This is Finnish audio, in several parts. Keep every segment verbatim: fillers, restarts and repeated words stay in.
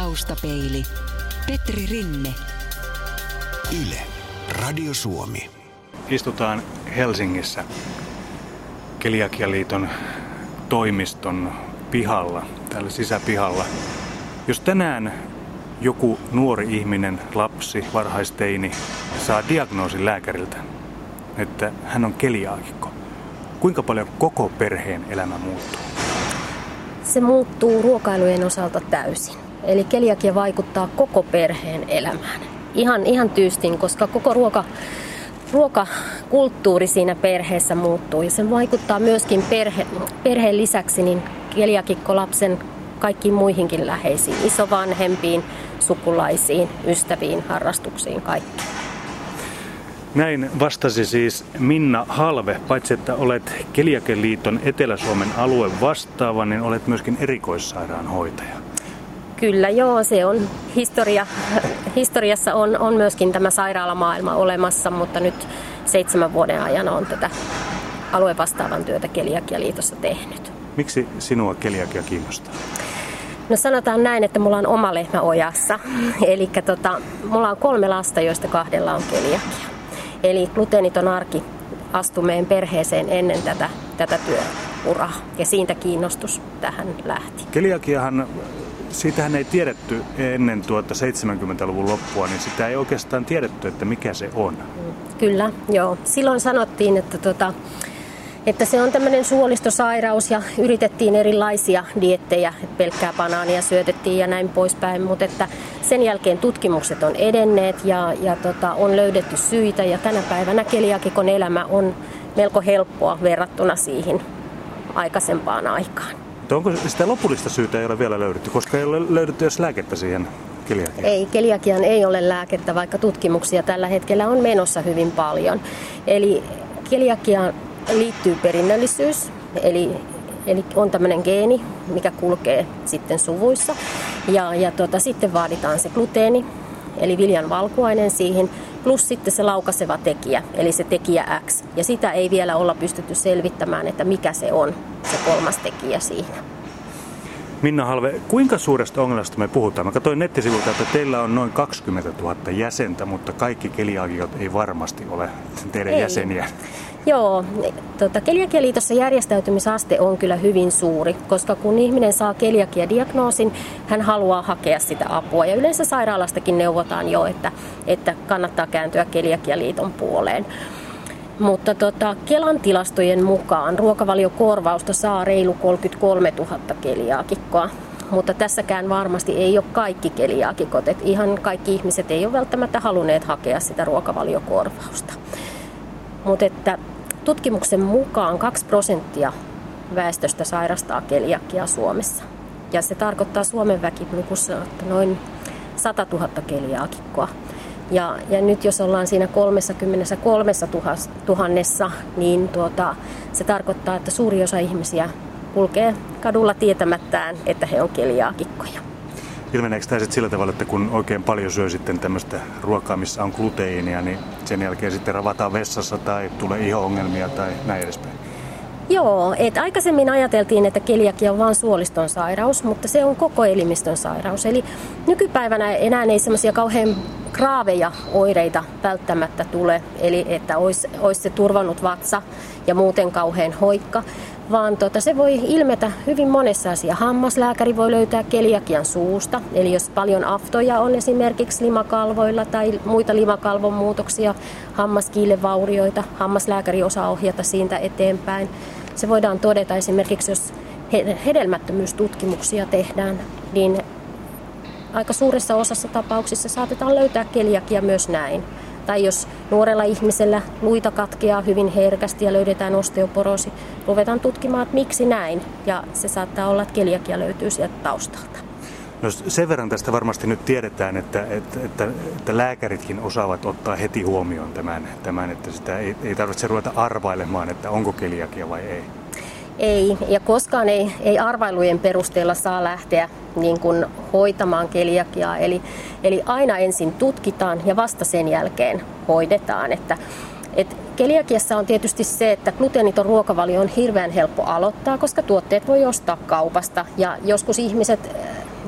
Taustapeili. Petri Rinne. Yle. Radio Suomi. Istutaan Helsingissä Keliakialiiton toimiston pihalla, täällä sisäpihalla. Jos tänään joku nuori ihminen, lapsi, varhaisteini saa diagnoosin lääkäriltä, että hän on keliaakikko, kuinka paljon koko perheen elämä muuttuu? Se muuttuu ruokailujen osalta täysin. Eli keliakia vaikuttaa koko perheen elämään. Ihan, ihan tyystin, koska koko ruoka, ruokakulttuuri siinä perheessä muuttuu. Ja se vaikuttaa myöskin perhe, perheen lisäksi niin keliakikkolapsen kaikkiin muihinkin läheisiin, isovanhempiin, sukulaisiin, ystäviin, harrastuksiin, kaikkiin. Näin vastasi siis Minna Halve. Paitsi että olet Keliakialiiton Etelä-Suomen alue vastaava, niin olet myöskin erikoissairaanhoitaja. Kyllä joo, se on historia. Historiassa on, on myöskin tämä sairaalamaailma olemassa, mutta nyt seitsemän vuoden ajan on tätä aluevastaavan työtä Keliakialiitossa tehnyt. Miksi sinua keliakia kiinnostaa? No sanotaan näin, että mulla on oma lehmä ojassa. Eli tota, mulla on kolme lasta, joista kahdella on keliakia. Eli gluteeniton arki astui meidän perheeseen ennen tätä, tätä työuraa. Ja siitä kiinnostus tähän lähti. Keliakiahan, siitähän ei tiedetty ennen tuota seitsemänkymmentäluvun loppua, niin sitä ei oikeastaan tiedetty, että mikä se on. Kyllä, joo. Silloin sanottiin, että, tota, että se on tämmöinen suolistosairaus ja yritettiin erilaisia dieettejä, että pelkkää banaania syötettiin ja näin poispäin, mutta että sen jälkeen tutkimukset on edenneet ja, ja tota, on löydetty syitä ja tänä päivänä keliakikon elämä on melko helppoa verrattuna siihen aikaisempaan aikaan. Mutta onko sitä lopullista syytä ei ole vielä löydetty, koska ei ole löydetty edes lääkettä siihen keliakiaan? Ei, keliakiaan ei ole lääkettä, vaikka tutkimuksia tällä hetkellä on menossa hyvin paljon. Eli keliakiaan liittyy perinnöllisyys, eli, eli on tämmöinen geeni, mikä kulkee sitten suvuissa. Ja, ja tota, sitten vaaditaan se gluteeni, eli viljan valkuainen siihen, plus sitten se laukaiseva tekijä, eli se tekijä X. Ja sitä ei vielä olla pystytty selvittämään, että mikä se on, se kolmas tekijä siinä. Minna Halve, kuinka suuresta ongelmasta me puhutaan? Mä katsoin nettisivulta, että teillä on noin kaksikymmentätuhatta jäsentä, mutta kaikki keliaakikot ei varmasti ole teidän ei. jäseniä. Joo, tota, Keliakialiitossa järjestäytymisaste on kyllä hyvin suuri, koska kun ihminen saa keliakia-diagnoosin, hän haluaa hakea sitä apua. Ja yleensä sairaalastakin neuvotaan jo, että, että kannattaa kääntyä Keliakialiiton puoleen. Mutta tota, Kelan tilastojen mukaan ruokavaliokorvausta saa reilu kolmekymmentäkolmetuhatta keliaakikkoa. Mutta tässäkään varmasti ei ole kaikki keliaakikot. Et ihan kaikki ihmiset ei ole välttämättä halunneet hakea sitä ruokavaliokorvausta. Mutta että tutkimuksen mukaan kaksi prosenttia väestöstä sairastaa keliakiaa Suomessa. Ja se tarkoittaa Suomen väkilukussa noin satatuhatta keliaakikkoa. Ja, ja nyt jos ollaan siinä kolmekymmentäkolmetuhatta, niin tuota, se tarkoittaa, että suuri osa ihmisiä kulkee kadulla tietämättään, että he on keliaakikkoja. Ilmeneekö tämä sitten sillä tavalla, että kun oikein paljon syö sitten tämmöistä ruokaa, missä on gluteiinia, niin sen jälkeen sitten ravataan vessassa tai tulee iho-ongelmia tai näin edespäin? Joo, et aikaisemmin ajateltiin, että keliakia on vain suoliston sairaus, mutta se on koko elimistön sairaus. Eli nykypäivänä enää ei semmoisia kauhean graaveja oireita välttämättä tule, eli että olisi, olisi se turvannut vatsa ja muuten kauhean hoikka, vaan tota, se voi ilmetä hyvin monessa asiassa. Hammaslääkäri voi löytää keliakian suusta, eli jos paljon aftoja on esimerkiksi limakalvoilla tai muita limakalvon muutoksia, hammaskiillevaurioita, hammaslääkäri osaa ohjata siitä eteenpäin. Se voidaan todeta esimerkiksi, jos hedelmättömyystutkimuksia tehdään, niin aika suuressa osassa tapauksissa saatetaan löytää keliakia myös näin. Tai jos nuorella ihmisellä luita katkeaa hyvin herkästi ja löydetään osteoporoosi, ruvetaan tutkimaan, että miksi näin. Ja se saattaa olla, että keliakia löytyy sieltä taustalta. No sen verran tästä varmasti nyt tiedetään, että, että, että, että lääkäritkin osaavat ottaa heti huomioon tämän, tämän että sitä ei, ei tarvitse ruveta arvailemaan, että onko keliakia vai ei. Ei, ja koskaan ei, ei arvailujen perusteella saa lähteä niin kuin hoitamaan keliakiaa. Eli, eli aina ensin tutkitaan ja vasta sen jälkeen hoidetaan. Että, et keliakiassa on tietysti se, että gluteeniton ruokavalio on hirveän helppo aloittaa, koska tuotteet voi ostaa kaupasta. Ja joskus ihmiset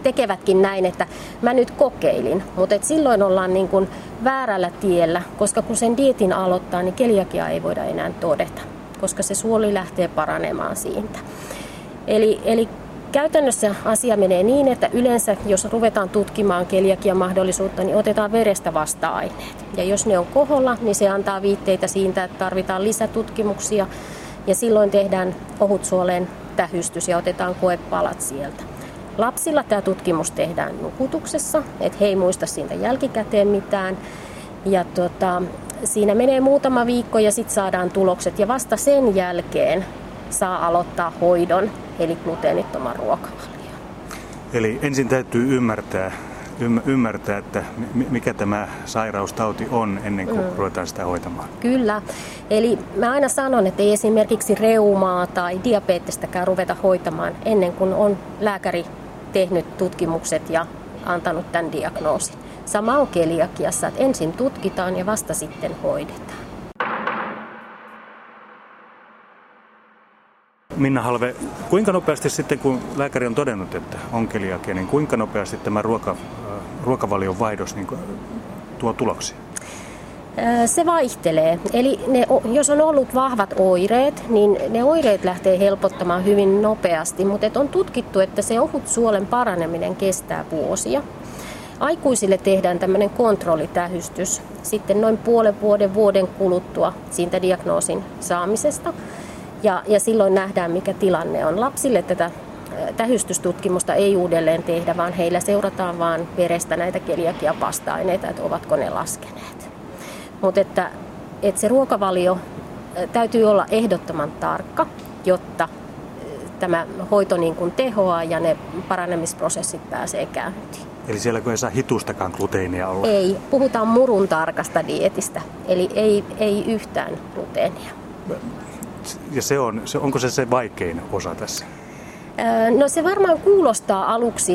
tekevätkin näin, että mä nyt kokeilin, mutta et silloin ollaan niin kuin väärällä tiellä, koska kun sen dieetin aloittaa, niin keliakiaa ei voida enää todeta, koska se suoli lähtee paranemaan siitä. Eli, eli käytännössä asia menee niin, että yleensä jos ruvetaan tutkimaan keliakian mahdollisuutta, niin otetaan verestä vasta-aineet. Ja jos ne on koholla, niin se antaa viitteitä siitä, että tarvitaan lisätutkimuksia. Ja silloin tehdään ohutsuoleen tähystys ja otetaan koepalat sieltä. Lapsilla tämä tutkimus tehdään nukutuksessa, että he ei muista siitä jälkikäteen mitään. Ja tota, siinä menee muutama viikko ja sitten saadaan tulokset. Ja vasta sen jälkeen saa aloittaa hoidon, eli gluteenittoman ruokavalion. Eli ensin täytyy ymmärtää, ymmärtää, että mikä tämä sairaustauti on ennen kuin mm. ruvetaan sitä hoitamaan. Kyllä. Eli mä aina sanon, että ei esimerkiksi reumaa tai diabetestäkään ruveta hoitamaan ennen kuin on lääkäri tehnyt tutkimukset ja antanut tämän diagnoosin. Sama on keliakiassa, että ensin tutkitaan ja vasta sitten hoidetaan. Minna Halve, kuinka nopeasti sitten, kun lääkäri on todennut, että on keliakia, niin kuinka nopeasti tämä ruoka, ruokavalion vaihdos niin tuo tuloksia? Se vaihtelee. Eli ne, jos on ollut vahvat oireet, niin ne oireet lähtee helpottamaan hyvin nopeasti, mutta on tutkittu, että se ohutsuolen paraneminen kestää vuosia. Aikuisille tehdään tämmöinen kontrollitähystys sitten noin puolen vuoden vuoden kuluttua siitä diagnoosin saamisesta. Ja, ja silloin nähdään, mikä tilanne on. Lapsille tätä tähystystutkimusta ei uudelleen tehdä, vaan heillä seurataan vaan verestä näitä keliakian vasta-aineita, että ovatko ne laskeneet. Mutta että, että se ruokavalio täytyy olla ehdottoman tarkka, jotta tämä hoito niin kuin tehoaa ja ne paranemisprosessit pääsee käyntiin. Eli siellä kun ei saa hitustakaan gluteenia olla? Ei, puhutaan murun tarkasta dietistä, eli ei, ei yhtään gluteenia. Ja se on, se, onko se se vaikein osa tässä? No se varmaan kuulostaa aluksi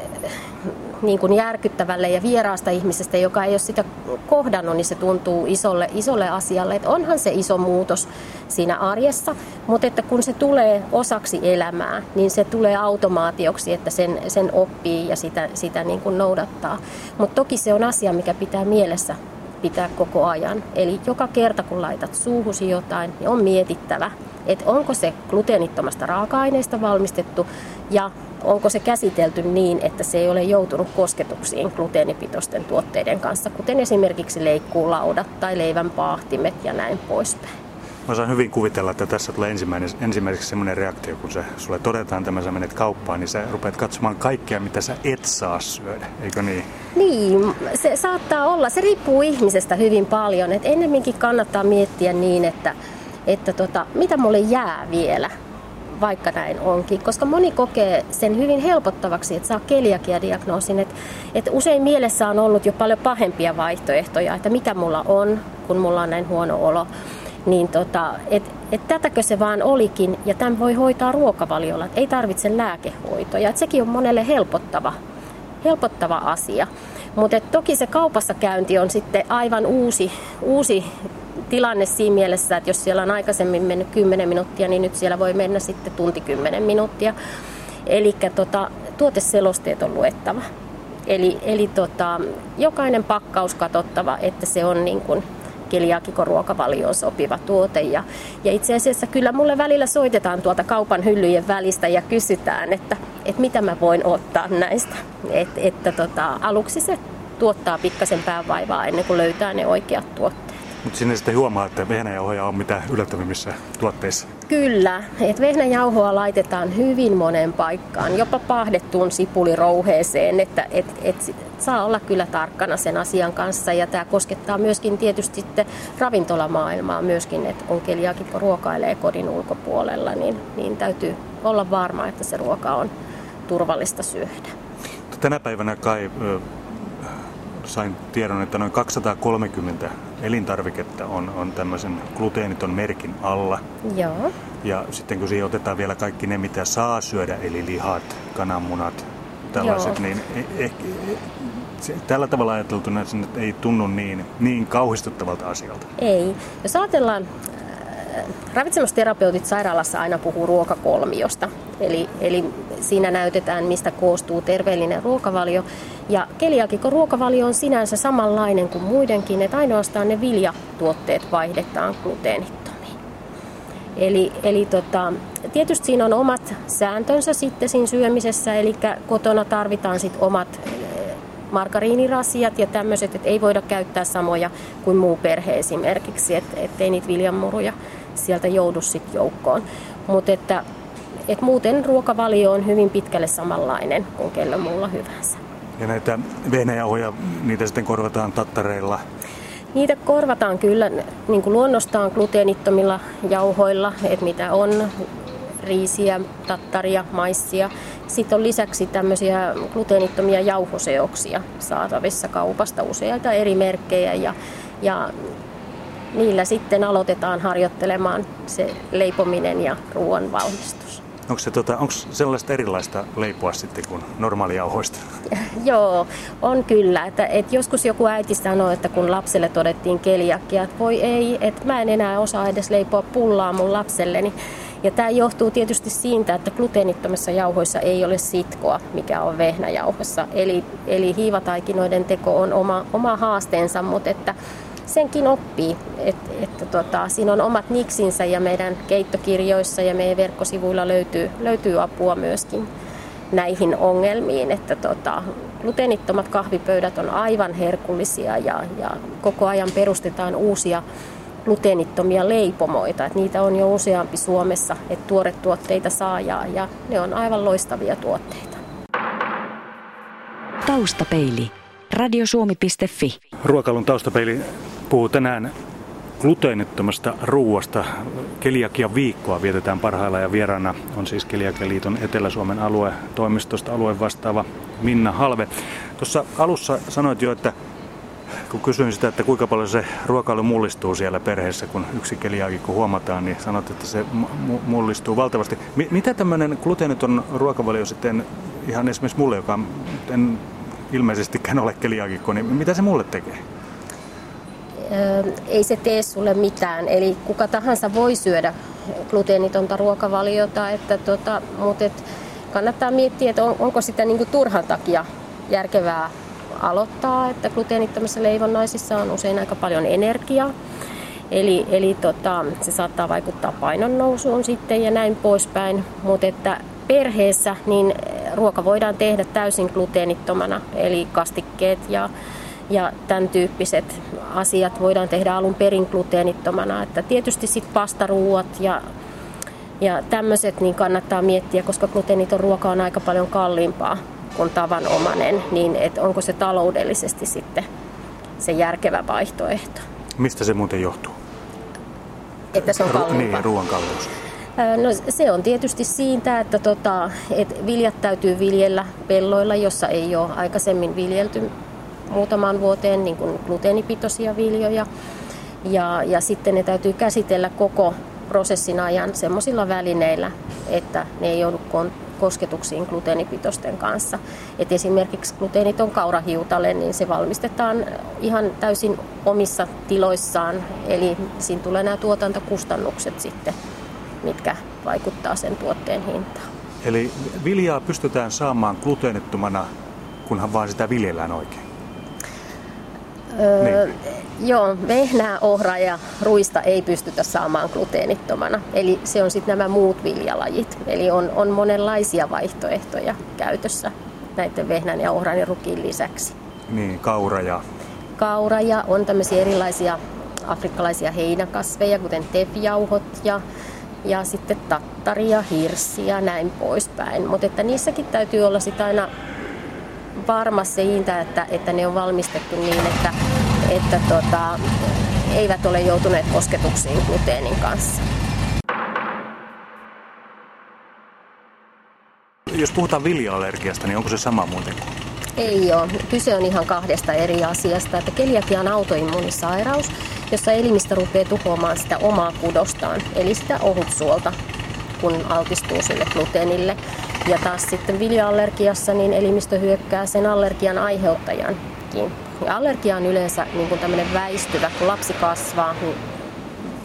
niin kuin järkyttävälle ja vieraasta ihmisestä, joka ei ole sitä kohdannut, niin se tuntuu isolle, isolle asialle. Että onhan se iso muutos siinä arjessa, mutta että kun se tulee osaksi elämää, niin se tulee automaatioksi, että sen, sen oppii ja sitä, sitä niin kuin noudattaa. Mutta toki se on asia, mikä pitää mielessä pitää koko ajan. Eli joka kerta, kun laitat suuhusi jotain, niin on mietittävä, että onko se gluteenittomasta raaka-aineesta valmistettu ja onko se käsitelty niin, että se ei ole joutunut kosketuksiin gluteenipitoisten tuotteiden kanssa, kuten esimerkiksi leikkuulaudat tai leivän paahtimet ja näin poispäin. Mä saan hyvin kuvitella, että tässä tulee ensimmäiseksi semmoinen reaktio, kun se sulle todetaan tämä, sä menet kauppaan, niin sä rupeat katsomaan kaikkea, mitä sä et saa syödä, eikö niin? Niin, se saattaa olla. Se riippuu ihmisestä hyvin paljon. Et ennemminkin kannattaa miettiä niin, että, että tota, mitä mulle jää vielä, vaikka näin onkin. Koska moni kokee sen hyvin helpottavaksi, että saa keliakia-diagnoosin. Et, et usein mielessä on ollut jo paljon pahempia vaihtoehtoja, että mitä mulla on, kun mulla on näin huono olo. Niin tota, et, et tätäkö se vaan olikin, ja tämän voi hoitaa ruokavaliolla, et ei tarvitse lääkehoitoja. Et sekin on monelle helpottava, helpottava asia. Mutta toki se kaupassa käynti on sitten aivan uusi, uusi tilanne siinä mielessä, että jos siellä on aikaisemmin mennyt kymmenen minuuttia, niin nyt siellä voi mennä sitten tunti kymmenen minuuttia. Eli tota, tuoteselosteet on luettava. Eli, eli tota, jokainen pakkaus katsottava, että se on niin kuin keliaakikon ruokavalioon sopiva tuote. Ja, ja itse asiassa kyllä mulle välillä soitetaan tuolta kaupan hyllyjen välistä ja kysytään, että, että mitä mä voin ottaa näistä. Et, että tota, aluksi se tuottaa pikkasen päänvaivaa ennen kuin löytää ne oikeat tuotteet. Mutta sinne sitten huomaa, että vehnäjauhoja on mitä yllättävimmissä tuotteissa. Kyllä, että vehnäjauhoa laitetaan hyvin moneen paikkaan, jopa paahdettuun sipulirouheeseen, että et, et saa olla kyllä tarkkana sen asian kanssa. Ja tämä koskettaa myöskin tietysti sitten ravintolamaailmaa myöskin, että kun keliaakikko ruokailee kodin ulkopuolella, niin, niin täytyy olla varma, että se ruoka on turvallista syödä. Tänä päivänä kai sain tiedon, että noin kaksisataakolmekymmentä elintarviketta on, on tämmöisen gluteeniton merkin alla. Joo. Ja sitten kun siihen otetaan vielä kaikki ne, mitä saa syödä, eli lihat, kananmunat, tällaiset, Joo. niin ehkä se, tällä tavalla ajateltuna se ei tunnu niin, niin kauhistuttavalta asialta. Ei. Jos ajatellaan ravitsemusterapeutit sairaalassa aina puhuu ruokakolmiosta. Eli, eli siinä näytetään, mistä koostuu terveellinen ruokavalio. Ja keliaakikon ruokavalio on sinänsä samanlainen kuin muidenkin, että ainoastaan ne viljatuotteet vaihdetaan gluteenittomiin. Eli, eli tota, tietysti siinä on omat sääntönsä sitten siinä syömisessä, eli kotona tarvitaan sit omat margariinirasiat ja tämmöiset, että ei voida käyttää samoja kuin muu perhe esimerkiksi, että ettei niitä viljanmuruja sieltä joudu sitten joukkoon. Mutta että, että muuten ruokavalio on hyvin pitkälle samanlainen kuin kellä muulla hyvänsä. Ja näitä vehnäjauhoja, niitä sitten korvataan tattareilla? Niitä korvataan kyllä niin kuin luonnostaan gluteenittomilla jauhoilla, että mitä on riisiä, tattaria, maissia. Sitten on lisäksi tämmöisiä gluteenittomia jauhoseoksia saatavissa kaupasta, useita eri merkkejä ja, ja niillä sitten aloitetaan harjoittelemaan se leipominen ja ruoan valmistus. Onko se tota, onko sellaista erilaista leipoa sitten kuin normaalijauhoista? Joo, on kyllä. Että, että joskus joku äiti sanoo, että kun lapselle todettiin keliakia, että voi ei, että mä en enää osaa edes leipoa pullaa mun lapselleni. Ja tämä johtuu tietysti siitä, että gluteenittomissa jauhoissa ei ole sitkoa, mikä on vehnäjauhossa. Eli, eli hiivataikinoiden teko on oma, oma haasteensa, mutta että senkin oppii. Että, että tota, siinä on omat niksinsä ja meidän keittokirjoissa ja meidän verkkosivuilla löytyy, löytyy apua myöskin näihin ongelmiin. Että tota, gluteenittomat kahvipöydät on aivan herkullisia ja, ja koko ajan perustetaan uusia gluteenittomia leipomoita, että niitä on jo useampi Suomessa, että tuoretuotteita saa ja, ja ne on aivan loistavia tuotteita. Taustapeili. radiosuomi piste fi. Ruokailun taustapeili puhuu tänään gluteenittomasta ruuasta. Keliakian viikkoa vietetään parhaillaan ja vieraana on siis Keliakialiiton Etelä-Suomen aluetoimistosta alueen vastaava Minna Halve. Tuossa alussa sanoit jo, että kun kysyin sitä, että kuinka paljon se ruokailu mullistuu siellä perheessä, kun yksi keliaakikko huomataan, niin sanot, että se mullistuu valtavasti. M- mitä tämmöinen gluteeniton ruokavalio sitten, ihan esimerkiksi mulle, joka en ilmeisestikään ole keliaakikko, niin mitä se mulle tekee? Öö, ei se tee sulle mitään. Eli kuka tahansa voi syödä gluteenitonta ruokavaliota, että tota, mutta et kannattaa miettiä, että on, onko sitä niinku turhan takia järkevää aloittaa, että gluteenittomissa leivonnaisissa on usein aika paljon energiaa. Eli, eli tota, se saattaa vaikuttaa painon nousuun sitten ja näin poispäin. Mutta että perheessä niin ruoka voidaan tehdä täysin gluteenittomana, eli kastikkeet ja, ja tämän tyyppiset asiat voidaan tehdä alun perin gluteenittomana. Että tietysti sitten pastaruuat ja, ja tämmöiset niin kannattaa miettiä, koska gluteeniton ruoka on aika paljon kalliimpaa kuin tavanomainen, niin että onko se taloudellisesti sitten se järkevä vaihtoehto. Mistä se muuten johtuu? Että se on kalliimpaa? Niin, ruoan kalleus. No se on tietysti siitä, että, tota, että viljat täytyy viljellä pelloilla, jossa ei ole aikaisemmin viljelty muutamaan vuoteen niin kuin gluteenipitoisia viljoja. Ja, ja sitten ne täytyy käsitellä koko prosessin ajan semmoisilla välineillä, että ne ei joudu kosketuksiin gluteenipitoisten kanssa. Et esimerkiksi gluteeniton kaurahiutale, niin se valmistetaan ihan täysin omissa tiloissaan, eli siinä tulee nämä tuotantokustannukset sitten, mitkä vaikuttaa sen tuotteen hintaan. Eli viljaa pystytään saamaan gluteenittomana, kunhan vaan sitä viljellään oikein? Öö, niin. Joo, vehnää, ohraa ja ruista ei pystytä saamaan gluteenittomana. Eli se on sitten nämä muut viljalajit. Eli on, on monenlaisia vaihtoehtoja käytössä näiden vehnän ja ohran ja rukiin lisäksi. Niin, kaura ja... Kaura ja on tämmöisiä erilaisia afrikkalaisia heinäkasveja, kuten tefjauhot ja, ja sitten tattari ja hirssi ja näin poispäin. Mutta että niissäkin täytyy olla sitten aina varma siitä, että, että ne on valmistettu niin, että että tota, eivät ole joutuneet kosketuksiin gluteenin kanssa. Jos puhutaan vilja-allergiasta, niin onko se sama muuten? Ei ole. Kyse on ihan kahdesta eri asiasta. Että keliakia on autoimmuunisairaus, jossa elimistö rupeaa tuhoamaan sitä omaa kudostaan, eli sitä ohutsuolta, kun altistuu sille gluteenille. Ja taas sitten vilja-allergiassa niin elimistö hyökkää sen allergian aiheuttajan kiinni. Ja allergia on yleensä niin kuin tämmöinen väistyvä, kun lapsi kasvaa, niin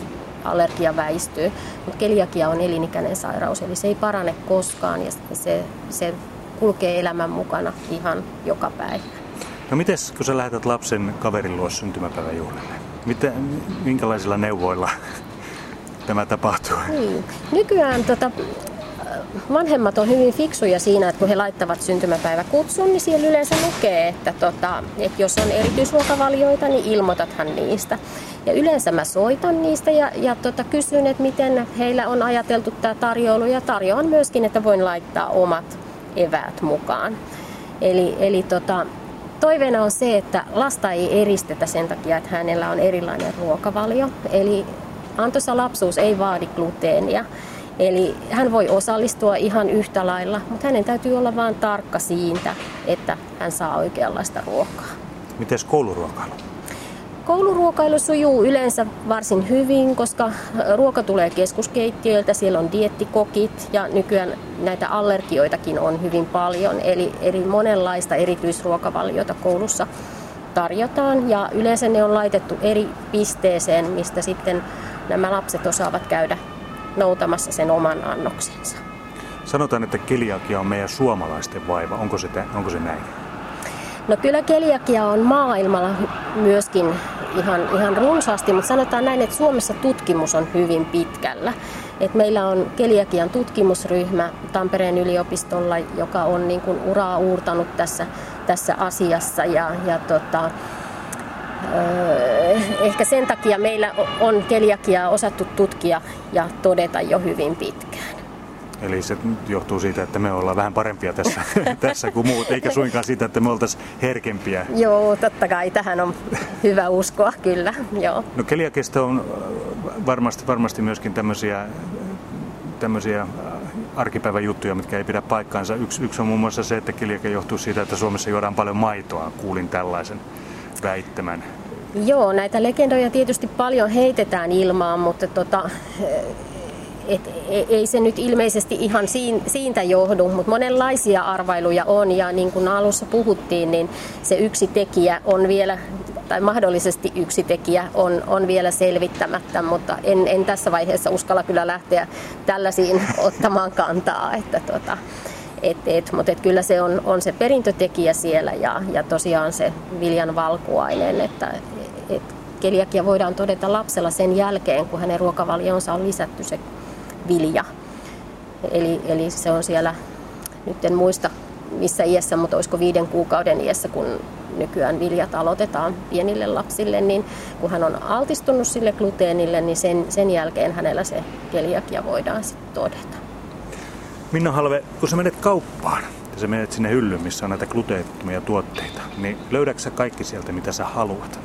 allergia väistyy. Mutta keliakia on elinikäinen sairaus, eli se ei parane koskaan ja se, se kulkee elämän mukana ihan joka päivä. No mites, kun sä lähetät lapsen kaverin luo syntymäpäiväjuhlille? Mitä, minkälaisilla neuvoilla tämä tapahtuu? Niin. Nykyään tota, vanhemmat on hyvin fiksuja siinä, että kun he laittavat syntymäpäiväkutsun, niin siellä yleensä lukee, että, tota, että jos on erityisruokavalioita, niin ilmoitathan niistä. Ja yleensä mä soitan niistä ja, ja tota, kysyn, että miten heillä on ajateltu tämä tarjoulu ja tarjoan myöskin, että voin laittaa omat eväät mukaan. Eli, eli tota, toiveena on se, että lasta ei eristetä sen takia, että hänellä on erilainen ruokavalio. Eli antoisa lapsuus ei vaadi gluteenia. Eli hän voi osallistua ihan yhtä lailla, mutta hänen täytyy olla vain tarkka siitä, että hän saa oikeanlaista ruokaa. Mites kouluruokailu? Kouluruokailu sujuu yleensä varsin hyvin, koska ruoka tulee keskuskeittiöiltä, siellä on dieettikokit ja nykyään näitä allergioitakin on hyvin paljon. Eli eri monenlaista erityisruokavaliota koulussa tarjotaan ja yleensä ne on laitettu eri pisteeseen, mistä sitten nämä lapset osaavat käydä noutamassa sen oman annoksensa. Sanotaan, että keliakia on meidän suomalaisten vaiva. Onko se, onko se näin? No kyllä keliakia on maailmalla myöskin ihan, ihan runsaasti, mutta sanotaan näin, että Suomessa tutkimus on hyvin pitkällä. Et meillä on keliakian tutkimusryhmä Tampereen yliopistolla, joka on niin kuin uraa uurtanut tässä, tässä asiassa. Ja, ja tota, ehkä sen takia meillä on keliakiaa osattu tutkia ja todeta jo hyvin pitkään. Eli se johtuu siitä, että me ollaan vähän parempia tässä, tässä kuin muut, eikä suinkaan siitä, että me oltaisiin herkempiä. Joo, totta kai. Tähän on hyvä uskoa, kyllä. Joo. No keliakiasta on varmasti, varmasti myöskin tämmöisiä, tämmöisiä arkipäivän juttuja, mitkä ei pidä paikkaansa. Yksi, yksi on muun muassa se, että keliakia johtuu siitä, että Suomessa juodaan paljon maitoa. Kuulin tällaisen väittämän. Joo, näitä legendoja tietysti paljon heitetään ilmaan, mutta tota, et, ei se nyt ilmeisesti ihan siitä johdu, mutta monenlaisia arvailuja on ja niin kuin alussa puhuttiin, niin se yksi tekijä on vielä, tai mahdollisesti yksi tekijä on, on vielä selvittämättä, mutta en, en tässä vaiheessa uskalla kyllä lähteä tällaisiin ottamaan kantaa, että tota, Et, et, mutta et kyllä se on, on se perintötekijä siellä ja, ja tosiaan se viljan valkuainen, että et keliakia voidaan todeta lapsella sen jälkeen, kun hänen ruokavalionsa on lisätty se vilja. Eli, eli se on siellä, nyt en muista missä iässä, mutta olisiko viiden kuukauden iässä, kun nykyään viljat aloitetaan pienille lapsille, niin kun hän on altistunut sille gluteenille, niin sen, sen jälkeen hänellä se keliakia voidaan sitten todeta. Minna Halve, kun sä menet kauppaan ja sä menet sinne hyllyyn, missä on näitä gluteenittomia tuotteita, niin löydätkö sä kaikki sieltä, mitä sä haluat?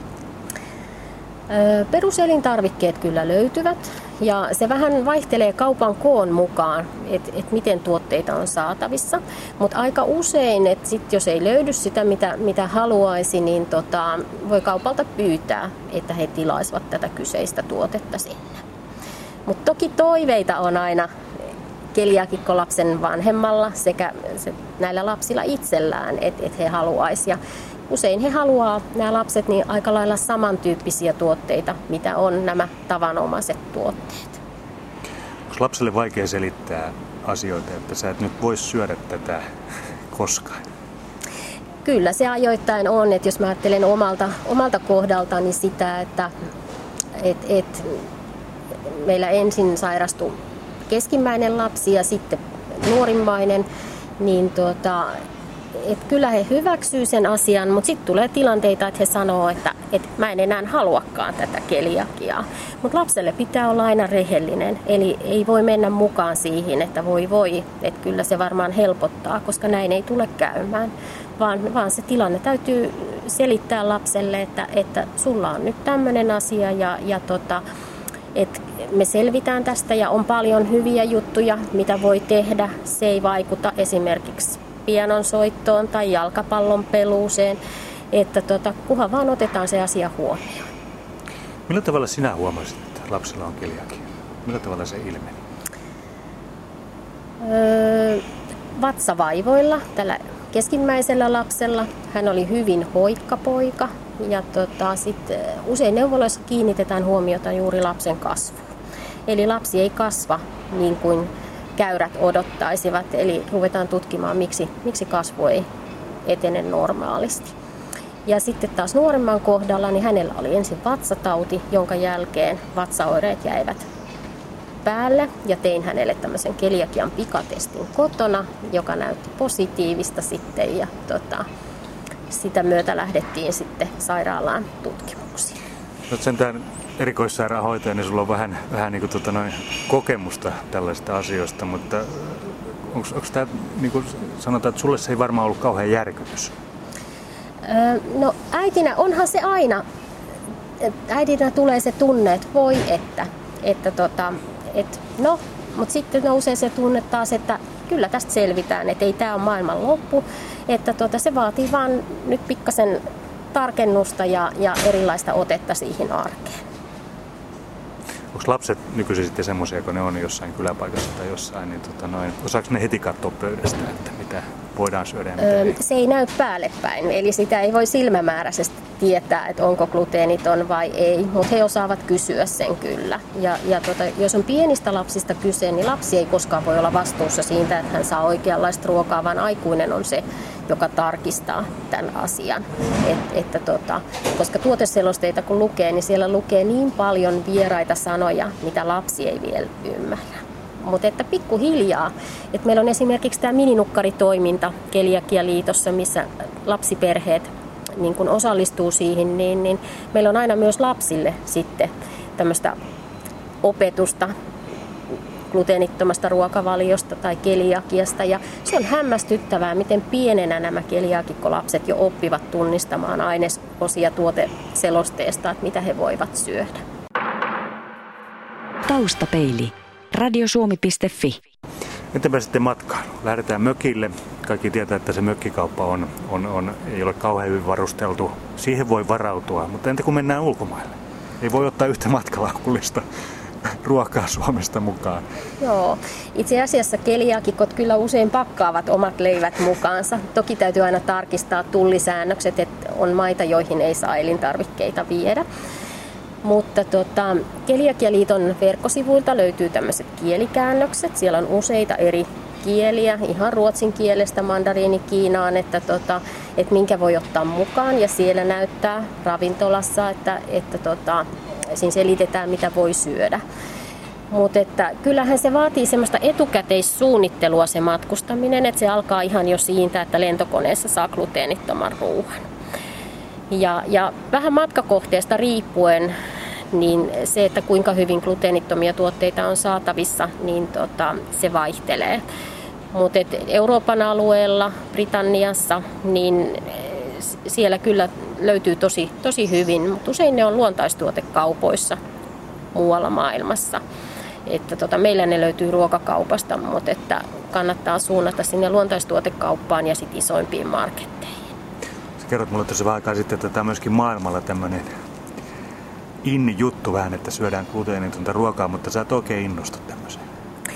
Peruselintarvikkeet kyllä löytyvät ja se vähän vaihtelee kaupan koon mukaan, että et miten tuotteita on saatavissa. Mutta aika usein, että sit jos ei löydy sitä, mitä, mitä haluaisi, niin tota, voi kaupalta pyytää, että he tilaisivat tätä kyseistä tuotetta sinne. Mutta toki toiveita on aina keliakikkolapsen vanhemmalla sekä näillä lapsilla itsellään, että et he haluaisivat. Usein he haluaa, nämä lapset, niin aika lailla samantyyppisiä tuotteita, mitä on nämä tavanomaiset tuotteet. Onko lapselle vaikea selittää asioita, että sä et nyt voi syödä tätä koskaan? Kyllä se ajoittain on, että jos mä ajattelen omalta, omalta kohdaltani sitä, että et, et, meillä ensin sairastui keskimmäinen lapsi ja sitten nuorimmainen, niin tuota, et kyllä he hyväksyy sen asian, mutta sitten tulee tilanteita, että he sanoo, että et mä en enää haluakaan tätä keliakiaa. Mutta lapselle pitää olla aina rehellinen, eli ei voi mennä mukaan siihen, että voi voi, että kyllä se varmaan helpottaa, koska näin ei tule käymään. Vaan, vaan se tilanne täytyy selittää lapselle, että, että sulla on nyt tämmöinen asia ja, ja tota, että me selvitään tästä ja on paljon hyviä juttuja, mitä voi tehdä. Se ei vaikuta esimerkiksi pianonsoittoon tai jalkapallon peluuseen, että tota, kunhan vaan otetaan se asia huomioon. Millä tavalla sinä huomasit, että lapsella on keliakia? Millä tavalla se ilmeni? Öö, vatsavaivoilla tällä keskimmäisellä lapsella. Hän oli hyvin hoikka poika Ja tota, sit, usein neuvoloissa kiinnitetään huomiota juuri lapsen kasvuun. Eli lapsi ei kasva niin kuin käyrät odottaisivat, eli ruvetaan tutkimaan, miksi, miksi kasvu ei etene normaalisti. Ja sitten taas nuoremman kohdalla, niin hänellä oli ensin vatsatauti, jonka jälkeen vatsaoireet jäivät päälle. Ja tein hänelle tämmöisen keliakian pikatestin kotona, joka näytti positiivista sitten. Ja tota, sitä myötä lähdettiin sitten sairaalaan tutkimuksiin. Olet sentään erikoissairaanhoitaja, niin sulla on vähän, vähän niin kuin tota noin kokemusta tällaisista asioista, mutta onko tämä, niin kuin sanotaan, että sulle se ei varmaan ollut kauhean järkytys? No äitinä onhan se aina, äidinä tulee se tunne, että voi että, että tota, et, no, mutta sitten nousee se tunne taas, että kyllä tästä selvitään, että ei tämä ole maailman loppu, että tota, se vaatii vaan nyt pikkasen tarkennusta ja, ja erilaista otetta siihen arkeen. Onko lapset nykyisin sitten semmoisia, kun ne on jossain kyläpaikassa tai jossain, niin tota noin, osaako ne heti katsoa pöydästä, että mitä voidaan syödä ja mitä öö, ei? Se ei näy päälle päin, eli sitä ei voi silmämääräisesti tietää, että onko gluteeniton vai ei, mutta he osaavat kysyä sen kyllä. Ja, ja tota, jos on pienistä lapsista kyse, niin lapsi ei koskaan voi olla vastuussa siitä, että hän saa oikeanlaista ruokaa, vaan aikuinen on se, joka tarkistaa tämän asian. Et, että tota, koska tuoteselosteita kun lukee, niin siellä lukee niin paljon vieraita sanoja, mitä lapsi ei vielä ymmärrä. Mutta että pikkuhiljaa, että meillä on esimerkiksi tämä mininukkaritoiminta Keliakialiitossa, missä lapsiperheet niin kun osallistuu siihen, niin, niin meillä on aina myös lapsille sitten tämmöistä opetusta gluteenittomasta ruokavaliosta tai keliakiasta. Ja se on hämmästyttävää, miten pienenä nämä keliakikkolapset jo oppivat tunnistamaan ainesosia tuoteselosteesta, että mitä he voivat syödä. Taustapeili. radiosuomi piste fi. Entäpä sitten matkailu? Lähdetään mökille. Kaikki tietää, että se mökkikauppa on, on, on, ei ole kauhean hyvin varusteltu. Siihen voi varautua, mutta entä kun mennään ulkomaille? Ei voi ottaa yhtä matkalaukullista ruokaa Suomesta mukaan. Joo, itse asiassa keliakikot kyllä usein pakkaavat omat leivät mukaansa. Toki täytyy aina tarkistaa tullisäännökset, että on maita, joihin ei saa elintarvikkeita viedä. Mutta tota, Keliakialiiton verkkosivuilta löytyy tämmöiset kielikäännökset. Siellä on useita eri kieliä, ihan ruotsin kielestä mandariinikiinaan, että, tota, että minkä voi ottaa mukaan. Ja siellä näyttää ravintolassa, että, että tota, siinä selitetään, mitä voi syödä. Mutta että kyllähän se vaatii semmoista etukäteissuunnittelua se matkustaminen, että se alkaa ihan jo siitä, että lentokoneessa saa gluteenittoman ruoan. Ja, ja vähän matkakohteesta riippuen, niin se, että kuinka hyvin gluteenittomia tuotteita on saatavissa, niin tota, se vaihtelee. Mutta Euroopan alueella, Britanniassa, niin siellä kyllä löytyy tosi, tosi hyvin, mutta usein ne on luontaistuotekaupoissa muualla maailmassa. Että tota, meillä ne löytyy ruokakaupasta, mutta että kannattaa suunnata sinne luontaistuotekauppaan ja sitten isoimpiin marketteihin. Sä kerrot mulle tuossa vähän aikaa sitten, että tämä on myöskin maailmalla tämmöinen inni-juttu vähän, että syödään gluteenitonta ruokaa, mutta sä et oikein innostu tämmöiseen.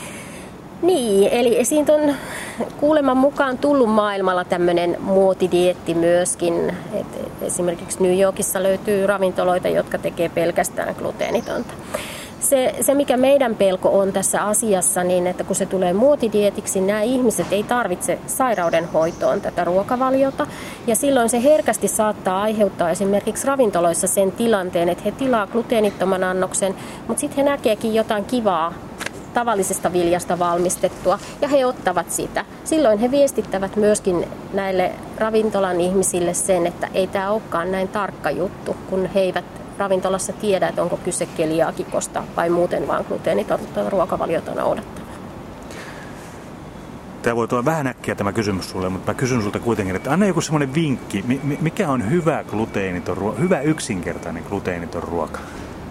Niin, eli siitä on kuuleman mukaan tullut maailmalla tämmöinen muotidieetti myöskin. Et esimerkiksi New Yorkissa löytyy ravintoloita, jotka tekee pelkästään gluteenitonta. Se, se, mikä meidän pelko on tässä asiassa, niin että kun se tulee muotidietiksi, nämä ihmiset ei tarvitse sairaudenhoitoon tätä ruokavaliota. Ja silloin se herkästi saattaa aiheuttaa esimerkiksi ravintoloissa sen tilanteen, että he tilaa gluteenittoman annoksen, mutta sitten he näkeekin jotain kivaa tavallisesta viljasta valmistettua ja he ottavat sitä. Silloin he viestittävät myöskin näille ravintolan ihmisille sen, että ei tämä olekaan näin tarkka juttu, kun he eivät ravintolassa tiedä, että onko kyse keliaakikosta vai muuten vaan gluteenitonta ruokavaliota noudattava. Tämä voi tulla vähän äkkiä tämä kysymys sulle, mutta mä kysyn sulta kuitenkin, että anna joku semmoinen vinkki, mikä on hyvä gluteeniton ruoka, hyvä yksinkertainen gluteeniton ruoka?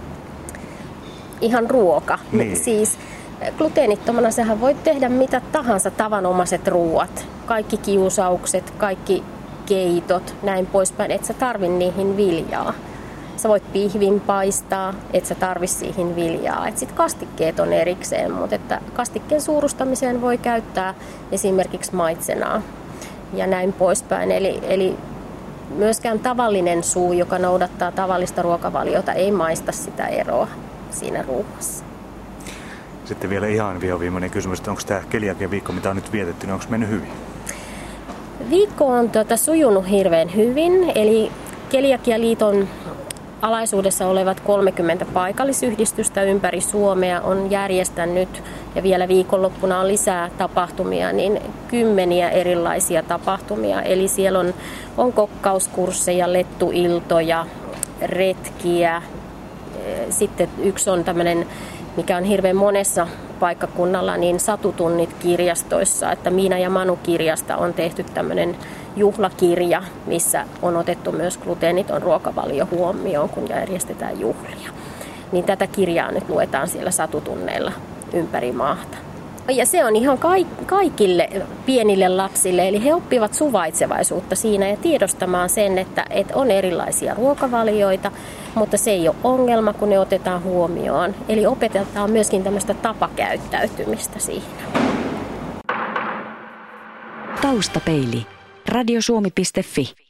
Ihan ruoka. Niin. Siis gluteenittomana sähän voit tehdä mitä tahansa tavanomaiset ruoat. Kaikki kiusaukset, kaikki keitot, näin poispäin. Et sä tarvi niihin viljaa. Sä voit pihvin paistaa, et sä tarvi siihen viljaa. Et sit kastikkeet on erikseen, mutta että kastikkeen suurustamiseen voi käyttää esimerkiksi maitsenaa ja näin poispäin. Eli, eli myöskään tavallinen suu, joka noudattaa tavallista ruokavaliota, ei maista sitä eroa siinä ruuassa. Sitten vielä ihan viimeinen kysymys, että onko tämä keliakiaviikko, mitä on nyt vietetty, niin onko mennyt hyvin? Viikko on tuota, sujunut hirveän hyvin, eli Keliakialiiton alaisuudessa olevat kolmekymmentä paikallisyhdistystä ympäri Suomea on järjestänyt, ja vielä viikonloppuna on lisää tapahtumia, niin kymmeniä erilaisia tapahtumia. Eli siellä on, on kokkauskursseja, lettuiltoja, retkiä. Sitten yksi on tämmöinen, mikä on hirveän monessa paikkakunnalla, niin satutunnit kirjastoissa, että Miina ja Manu kirjasta on tehty tämmöinen juhlakirja, missä on otettu myös gluteeniton ruokavalio huomioon, kun järjestetään juhlia. Niin tätä kirjaa nyt luetaan siellä satutunneilla ympäri maata. Ja se on ihan kaikille pienille lapsille, eli he oppivat suvaitsevaisuutta siinä ja tiedostamaan sen, että, että on erilaisia ruokavalioita, mutta se ei ole ongelma, kun ne otetaan huomioon. Eli opetetaan myöskin tämmöistä tapakäyttäytymistä siinä. Taustapeili. radiosuomi piste fi